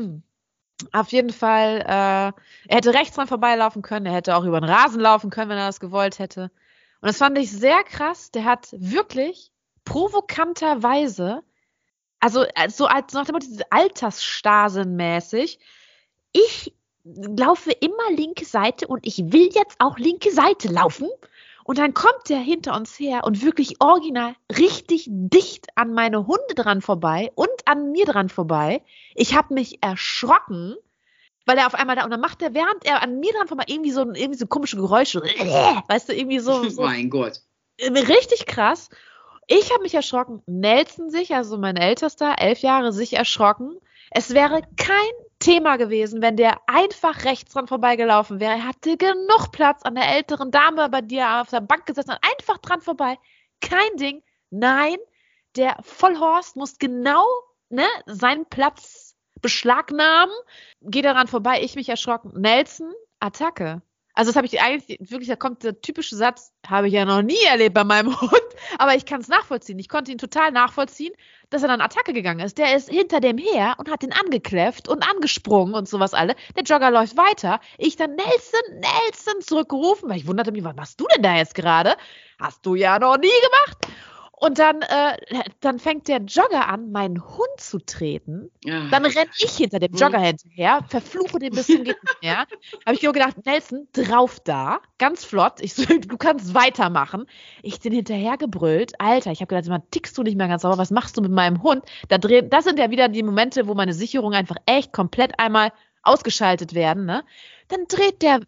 Auf jeden Fall, er hätte rechts dran vorbeilaufen können, er hätte auch über den Rasen laufen können, wenn er das gewollt hätte. Und das fand ich sehr krass. Der hat wirklich provokanterweise, also so als nach dem Motto, Altersstasenmäßig, ich laufe immer linke Seite und ich will jetzt auch linke Seite laufen. Und dann kommt der hinter uns her und wirklich original richtig dicht an meine Hunde dran vorbei und an mir dran vorbei. Ich habe mich erschrocken, weil er auf einmal da, und dann macht er, während er an mir dran vorbei, irgendwie so komische Geräusche. Weißt du, irgendwie so. Mein Gott. Richtig krass. Ich habe mich erschrocken. Nelson sich, also mein Ältester, 11 Jahre, sich erschrocken. Es wäre kein Thema gewesen, wenn der einfach rechts dran vorbeigelaufen wäre. Er hatte genug Platz an der älteren Dame, bei dir auf der Bank gesessen hat, einfach dran vorbei. Kein Ding. Nein, der Vollhorst muss genau seinen Platz beschlagnahmen. Geht daran vorbei, ich mich erschrocken. Nelson, Attacke. Also das habe ich eigentlich wirklich, da kommt der typische Satz, habe ich ja noch nie erlebt bei meinem Hund, aber ich kann es nachvollziehen. Ich konnte ihn total nachvollziehen, dass er dann Attacke gegangen ist. Der ist hinter dem her und hat ihn angekläfft und angesprungen und sowas alle. Der Jogger läuft weiter. Ich dann Nelson zurückgerufen, weil ich wunderte mich, was machst du denn da jetzt gerade? Hast du ja noch nie gemacht. Und dann fängt der Jogger an, meinen Hund zu treten. Ja. Dann renne ich hinter dem Jogger hinterher, verfluche den bis zum geht nicht mehr. Habe ich nur gedacht, Nelson, drauf da, ganz flott. Ich so, du kannst weitermachen. Ich den hinterher gebrüllt. Alter, ich habe gedacht, man tickst du nicht mehr ganz sauber. Was machst du mit meinem Hund? Das sind ja wieder die Momente, wo meine Sicherungen einfach echt komplett einmal ausgeschaltet werden. Ne? Dann dreht der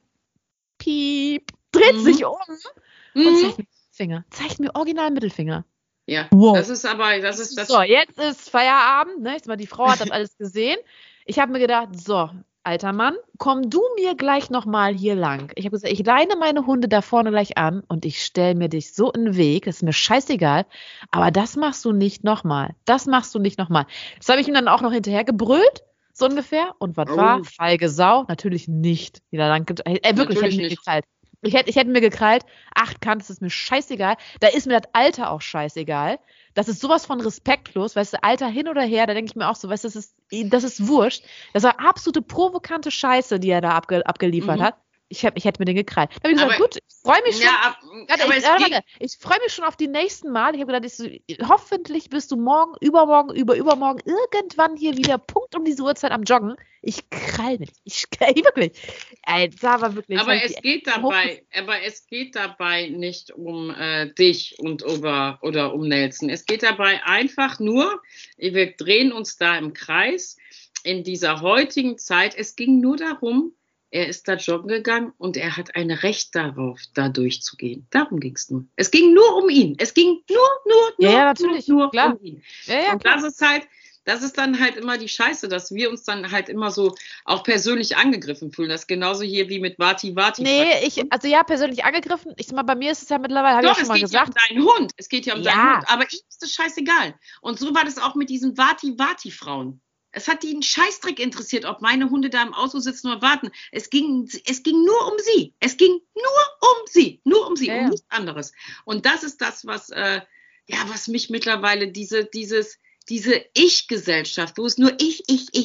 sich um und zeigt mir original Mittelfinger. Ja, wow. Das ist das. So, jetzt ist Feierabend, ne? Die Frau hat das alles gesehen. Ich habe mir gedacht, so, alter Mann, komm du mir gleich nochmal hier lang. Ich habe gesagt, ich leine meine Hunde da vorne gleich an und ich stelle mir dich so in den Weg, das ist mir scheißegal, aber das machst du nicht nochmal. Das habe ich ihm dann auch noch hinterher gebrüllt, so ungefähr. Und was war? Feige Sau? Natürlich nicht. Wieder lang. Wirklich, hätte mir gekrallt. Ich hätte mir gekrallt, 8 Kant, ist mir scheißegal. Da ist mir das Alter auch scheißegal. Das ist sowas von respektlos, weißt du, Alter hin oder her, da denke ich mir auch so, weißt du, das ist wurscht. Das war absolute provokante Scheiße, die er da abgeliefert hat. Ich hätte mir den gekrallt. Da habe ich gesagt, gut, ich freue mich schon. Ich freue mich schon auf die nächsten Mal. Ich habe gedacht, hoffentlich bist du morgen, übermorgen, übermorgen irgendwann hier wieder Punkt um diese Uhrzeit am Joggen. Ich krall nicht. Wirklich. Da war wirklich. Aber es geht dabei nicht um dich oder um Nelson. Es geht dabei einfach nur, wir drehen uns da im Kreis in dieser heutigen Zeit. Es ging nur darum, er ist da joggen gegangen und er hat ein Recht darauf, da durchzugehen. Darum ging es nur. Es ging nur um ihn. Es ging nur natürlich, nur klar. um ihn. Ja, und das ist halt, das ist dann halt immer die Scheiße, dass wir uns dann halt immer so auch persönlich angegriffen fühlen. Das ist genauso hier wie mit Vati. Nee, persönlich angegriffen. Ich sag mal, bei mir ist es ja mittlerweile, habe ich ja schon mal gesagt. Es geht ja um deinen Hund. Es geht ja um deinen Hund. Aber ihm ist das scheißegal. Und so war das auch mit diesen Vati-Frauen. Es hat die einen Scheißdreck interessiert, ob meine Hunde da im Auto sitzen oder warten. Es ging nur um sie. Es ging nur um sie, um nichts anderes. Und das ist das, was mich mittlerweile, diese Ich-Gesellschaft, wo es nur ich.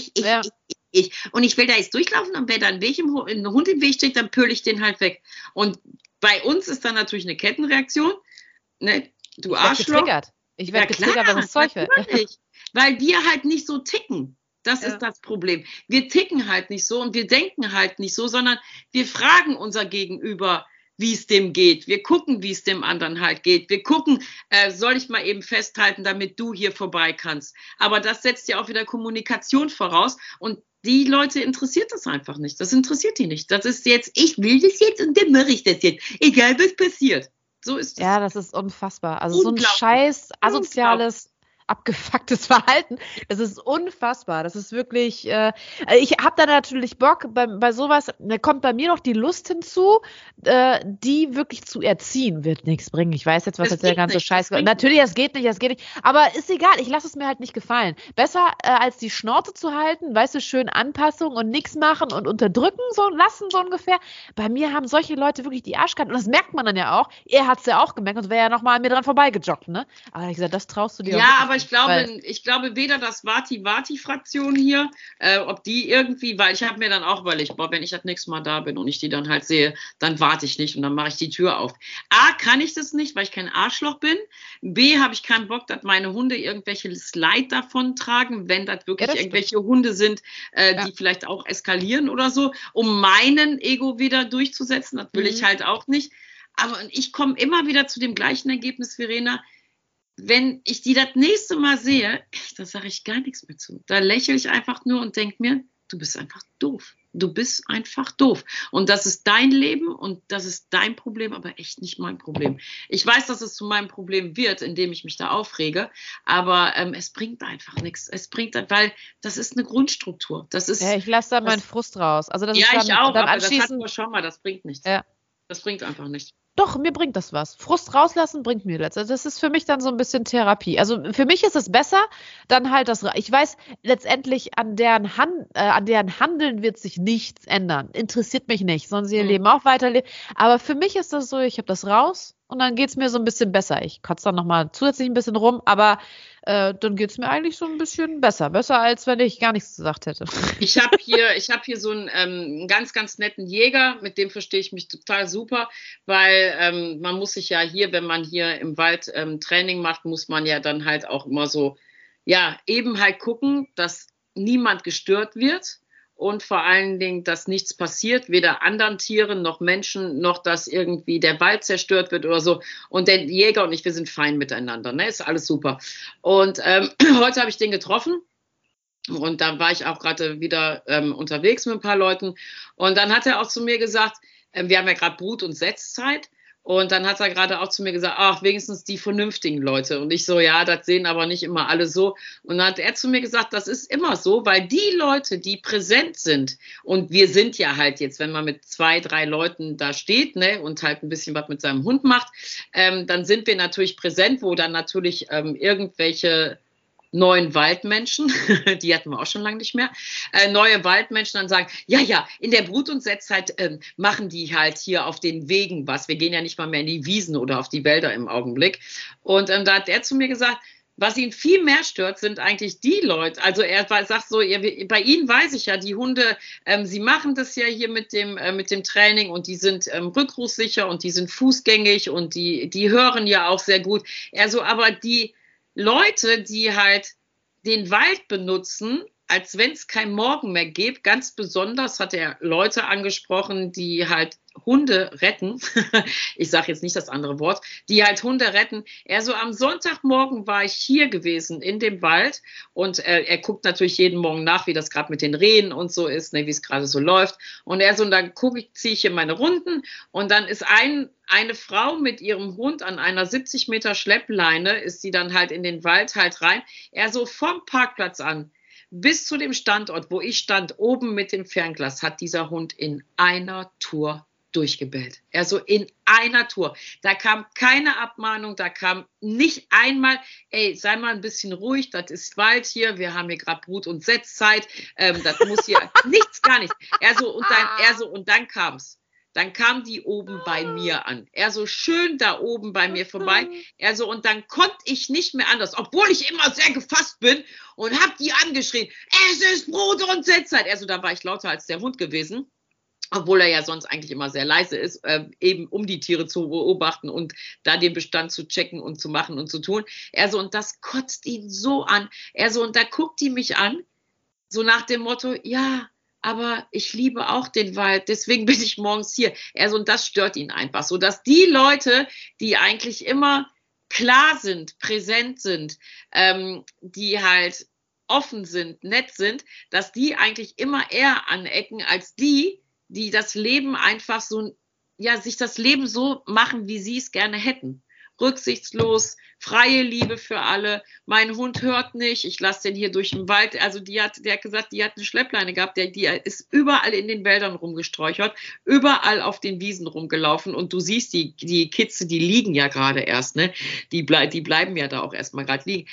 Und ich will da jetzt durchlaufen und wenn da ein Hund im Weg steht, dann pöle ich den halt weg. Und bei uns ist dann natürlich eine Kettenreaktion. Ne? Du Arschloch. Ich werde getriggert, wenn das Zeug wird. Weil wir halt nicht so ticken. Das ist das Problem. Wir ticken halt nicht so und wir denken halt nicht so, sondern wir fragen unser Gegenüber, wie es dem geht. Wir gucken, wie es dem anderen halt geht. Wir gucken, soll ich mal eben festhalten, damit du hier vorbei kannst. Aber das setzt ja auch wieder Kommunikation voraus und die Leute interessiert das einfach nicht. Das interessiert die nicht. Das ist jetzt, ich will das jetzt und dann mache ich das jetzt. Egal, was passiert. So ist es. Ja, das ist unfassbar. Also so ein scheiß asoziales, abgefucktes Verhalten. Das ist unfassbar. Das ist wirklich, ich habe da natürlich Bock, bei sowas, da kommt bei mir noch die Lust hinzu, die wirklich zu erziehen, wird nichts bringen. Ich weiß jetzt, was jetzt der ganze Scheiß... Natürlich, es geht nicht, aber ist egal, ich lasse es mir halt nicht gefallen. Besser, als die Schnauze zu halten, weißt du, schön Anpassung und nichts machen und unterdrücken, lassen so ungefähr. Bei mir haben solche Leute wirklich die Arschkarte und das merkt man dann ja auch. Er hat es ja auch gemerkt und wäre ja nochmal an mir dran vorbeigejoggt, ne? Aber ich gesagt, das traust du dir auch nicht. Aber ich glaube weder das Vati-Fraktion hier, ob die irgendwie, weil ich habe mir dann auch überlegt, wenn ich das nächste Mal da bin und ich die dann halt sehe, dann warte ich nicht und dann mache ich die Tür auf. A, kann ich das nicht, weil ich kein Arschloch bin. B, habe ich keinen Bock, dass meine Hunde irgendwelches Leid davon tragen, wenn das wirklich irgendwelche Hunde sind, die vielleicht auch eskalieren oder so, um meinen Ego wieder durchzusetzen. Das will ich halt auch nicht. Aber ich komme immer wieder zu dem gleichen Ergebnis, Verena. Wenn ich die das nächste Mal sehe, da sage ich gar nichts mehr zu. Da lächle ich einfach nur und denke mir, du bist einfach doof. Du bist einfach doof. Und das ist dein Leben und das ist dein Problem, aber echt nicht mein Problem. Ich weiß, dass es zu meinem Problem wird, indem ich mich da aufrege, aber es bringt einfach nichts. Weil das ist eine Grundstruktur. Das ist, ich lasse da meinen Frust raus. Also das ist dann, ich auch, dann aber das hatten wir schon mal, das bringt nichts. Ja. Das bringt einfach nichts. Doch, mir bringt das was. Frust rauslassen bringt mir das. Also das ist für mich dann so ein bisschen Therapie. Also für mich ist es besser, dann halt ich weiß, letztendlich an deren Handeln wird sich nichts ändern. Interessiert mich nicht, sondern sie ihr Leben auch weiterleben. Aber für mich ist das so, ich habe das raus und dann geht's mir so ein bisschen besser. Ich kotze dann nochmal zusätzlich ein bisschen rum, aber dann geht's mir eigentlich so ein bisschen besser. Besser, als wenn ich gar nichts gesagt hätte. Ich habe hier so einen ganz, ganz netten Jäger, mit dem verstehe ich mich total super, weil man muss sich ja hier, wenn man hier im Wald Training macht, muss man ja dann halt auch immer so, eben halt gucken, dass niemand gestört wird. Und vor allen Dingen, dass nichts passiert, weder anderen Tieren noch Menschen, noch dass irgendwie der Wald zerstört wird oder so. Und der Jäger und ich, wir sind fein miteinander, ne? Ist alles super. Und heute habe ich den getroffen und da war ich auch gerade wieder unterwegs mit ein paar Leuten. Und dann hat er auch zu mir gesagt, wir haben ja gerade Brut- und Setzzeit. Und dann hat er gerade auch zu mir gesagt, ach, wenigstens die vernünftigen Leute. Und ich so, ja, das sehen aber nicht immer alle so. Und dann hat er zu mir gesagt, das ist immer so, weil die Leute, die präsent sind, und wir sind ja halt jetzt, wenn man mit 2, 3 Leuten da steht, ne, und halt ein bisschen was mit seinem Hund macht, dann sind wir natürlich präsent, wo dann natürlich irgendwelche neuen Waldmenschen, die hatten wir auch schon lange nicht mehr, neue Waldmenschen dann sagen, ja, in der Brut- und Setzzeit machen die halt hier auf den Wegen was. Wir gehen ja nicht mal mehr in die Wiesen oder auf die Wälder im Augenblick. Und da hat er zu mir gesagt, was ihn viel mehr stört, sind eigentlich die Leute, also er sagt so, bei ihnen weiß ich ja, die Hunde, sie machen das ja hier mit dem Training und die sind rückrufsicher und die sind fußgängig und die hören ja auch sehr gut. Er so, aber die Leute, die halt den Wald benutzen, als wenn es kein Morgen mehr gibt. Ganz besonders hat er Leute angesprochen, die halt Hunde retten. Ich sage jetzt nicht das andere Wort, die halt Hunde retten. So am Sonntagmorgen war ich hier gewesen in dem Wald und er guckt natürlich jeden Morgen nach, wie das gerade mit den Rehen und so ist, ne, wie es gerade so läuft. Und und dann ziehe ich hier meine Runden und dann ist eine Frau mit ihrem Hund an einer 70 Meter Schleppleine, ist sie dann halt in den Wald halt rein. Vom Parkplatz an bis zu dem Standort, wo ich stand, oben mit dem Fernglas, hat dieser Hund in einer Tour durchgebellt. In einer Tour. Da kam keine Abmahnung, da kam nicht einmal, sei mal ein bisschen ruhig, das ist Wald hier, wir haben hier gerade Brut- und Setzzeit, das muss hier, nichts, gar nichts. Und dann kam's. Dann kam die oben bei mir an. Schön da oben bei mir vorbei. Und dann konnte ich nicht mehr anders, obwohl ich immer sehr gefasst bin und habe die angeschrien, es ist Brut- und Setzzeit. Da war ich lauter als der Hund gewesen. Obwohl er ja sonst eigentlich immer sehr leise ist, eben um die Tiere zu beobachten und da den Bestand zu checken und zu machen und zu tun. Und das kotzt ihn so an. Und da guckt die mich an, so nach dem Motto, ja, aber ich liebe auch den Wald, deswegen bin ich morgens hier. Und das stört ihn einfach, so dass die Leute, die eigentlich immer klar sind, präsent sind, die halt offen sind, nett sind, dass die eigentlich immer eher anecken als die das Leben einfach sich das Leben so machen, wie sie es gerne hätten. Rücksichtslos, freie Liebe für alle. Mein Hund hört nicht, ich lasse den hier durch den Wald. Der hat gesagt, die hat eine Schleppleine gehabt, die ist überall in den Wäldern rumgesträuchert, überall auf den Wiesen rumgelaufen und du siehst, die Kitze, die liegen ja gerade erst, ne? Die bleiben ja da auch erstmal gerade liegen.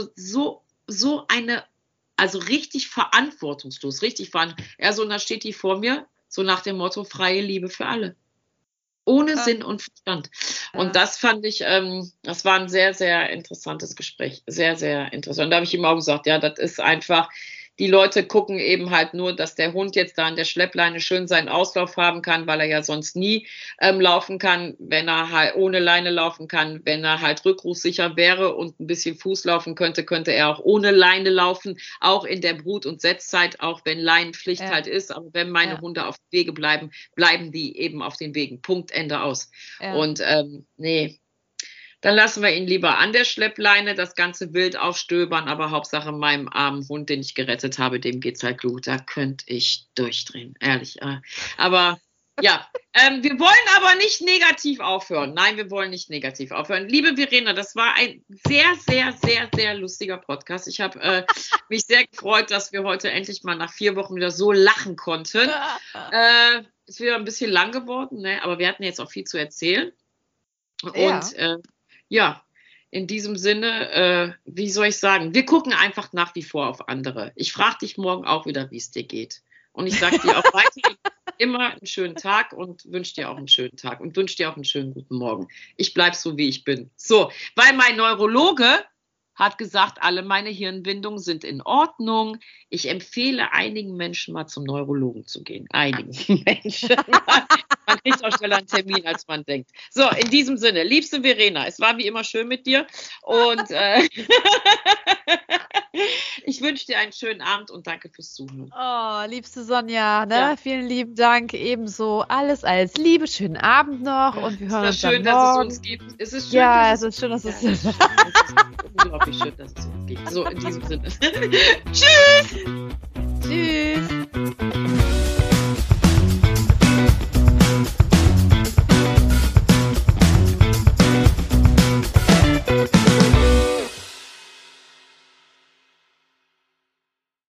Richtig verantwortungslos, richtig verantwortungslos. Und da steht die vor mir, so nach dem Motto, freie Liebe für alle. Ohne Sinn und Verstand. Und das fand ich, das war ein sehr, sehr interessantes Gespräch. Sehr, sehr interessant. Da habe ich ihm auch gesagt, ja, das ist einfach, die Leute gucken eben halt nur, dass der Hund jetzt da an der Schleppleine schön seinen Auslauf haben kann, weil er ja sonst nie laufen kann, wenn er halt ohne Leine laufen kann. Wenn er halt rückrufsicher wäre und ein bisschen Fuß laufen könnte, könnte er auch ohne Leine laufen, auch in der Brut- und Setzzeit, auch wenn Leinenpflicht halt ist. Aber wenn meine Hunde auf den Wege bleiben, bleiben die eben auf den Wegen. Punkt, Ende, aus. Ja. Und nee, dann lassen wir ihn lieber an der Schleppleine das ganze Wild aufstöbern, aber Hauptsache meinem armen Hund, den ich gerettet habe, dem geht's halt gut. Da könnte ich durchdrehen, ehrlich. Aber ja, wir wollen aber nicht negativ aufhören. Nein, wir wollen nicht negativ aufhören. Liebe Verena, das war ein sehr, sehr, sehr, sehr lustiger Podcast. Ich habe mich sehr gefreut, dass wir heute endlich mal nach 4 Wochen wieder so lachen konnten. Ist wieder ein bisschen lang geworden, ne? Aber wir hatten jetzt auch viel zu erzählen. Und ja, in diesem Sinne, wie soll ich sagen, wir gucken einfach nach wie vor auf andere. Ich frage dich morgen auch wieder, wie es dir geht. Und ich sage dir auch weiterhin immer einen schönen Tag und wünsche dir auch einen schönen Tag und wünsche dir auch einen schönen guten Morgen. Ich bleibe so, wie ich bin. So, weil mein Neurologe hat gesagt, alle meine Hirnwindungen sind in Ordnung. Ich empfehle einigen Menschen mal zum Neurologen zu gehen. Einigen Menschen. Man kriegt auch schneller einen Termin, als man denkt. So, in diesem Sinne, liebste Verena, es war wie immer schön mit dir und ich wünsche dir einen schönen Abend und danke fürs Zuhören. Oh, liebste Sonja, ne? Ja. Vielen lieben Dank. Ebenso alles als Liebe. Schönen Abend noch und wir hören uns dann morgen. Dass es uns gibt. Es ist schön, es ist schön, dass es uns gibt. Unglaublich schön, dass es uns gibt. So, in diesem Sinne. Tschüss!